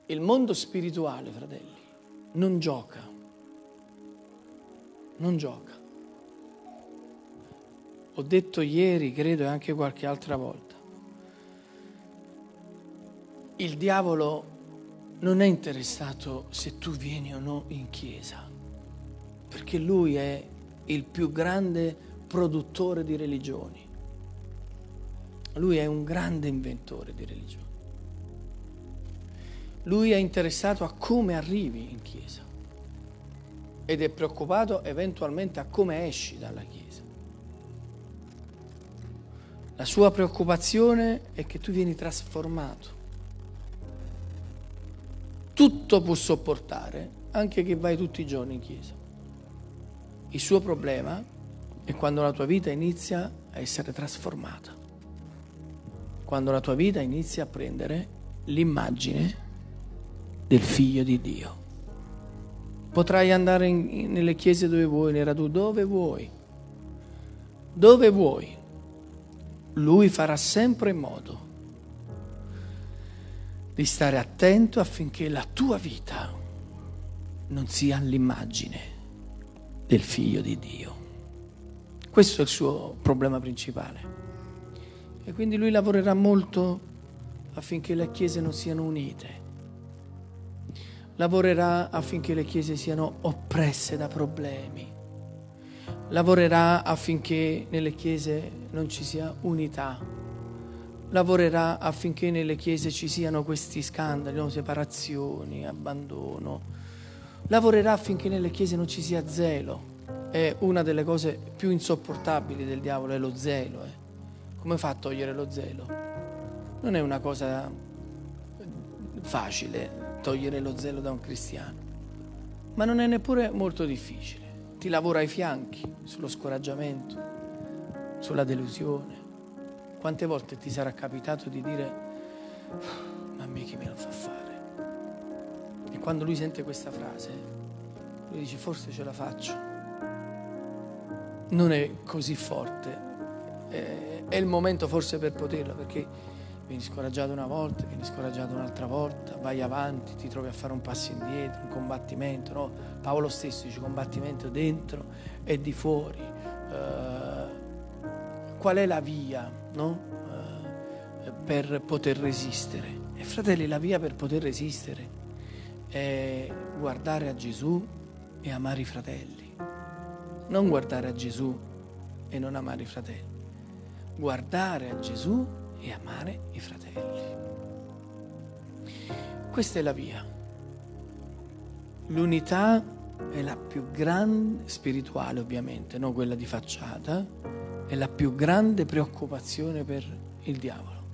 Il mondo spirituale, fratelli, non gioca. Non gioca. Ho detto ieri, credo, e anche qualche altra volta, il diavolo non è interessato se tu vieni o no in chiesa, perché lui è il più grande produttore di religioni. Lui è un grande inventore di religioni. Lui è interessato a come arrivi in chiesa ed è preoccupato eventualmente a come esci dalla chiesa. La sua preoccupazione è che tu vieni trasformato. Tutto può sopportare, anche che vai tutti i giorni in chiesa. Il suo problema è quando la tua vita inizia a essere trasformata, quando la tua vita inizia a prendere l'immagine del Figlio di Dio. Potrai andare nelle chiese dove vuoi, nei raduni, dove vuoi. Dove vuoi. Lui farà sempre in modo di stare attento affinché la tua vita non sia l'immagine del Figlio di Dio. Questo è il suo problema principale. E quindi lui lavorerà molto affinché le chiese non siano unite. Lavorerà affinché le chiese siano oppresse da problemi. Lavorerà affinché nelle chiese non ci sia unità. Lavorerà affinché nelle chiese ci siano questi scandali, no? Separazioni, abbandono. Lavorerà affinché nelle chiese non ci sia zelo. È una delle cose più insopportabili del diavolo, è lo zelo. Come fa a togliere lo zelo? Non è una cosa facile togliere lo zelo da un cristiano, ma non è neppure molto difficile. Ti lavora ai fianchi, sullo scoraggiamento, sulla delusione. Quante volte ti sarà capitato di dire: ma a me chi me lo fa fare? E quando lui sente questa frase, lui dice: forse ce la faccio. Non è così forte, è il momento forse per poterlo, perché vieni scoraggiato una volta, vieni scoraggiato un'altra volta, vai avanti, ti trovi a fare un passo indietro, un combattimento, no? Paolo stesso dice: combattimento dentro e di fuori. Qual è la via, no? Per poter resistere? E fratelli, la via per poter resistere è guardare a Gesù e amare i fratelli. Non guardare a Gesù e non amare i fratelli. Guardare a Gesù e amare i fratelli. Questa è la via. L'unità è la più grande, spirituale ovviamente, non quella di facciata, è la più grande preoccupazione per il diavolo.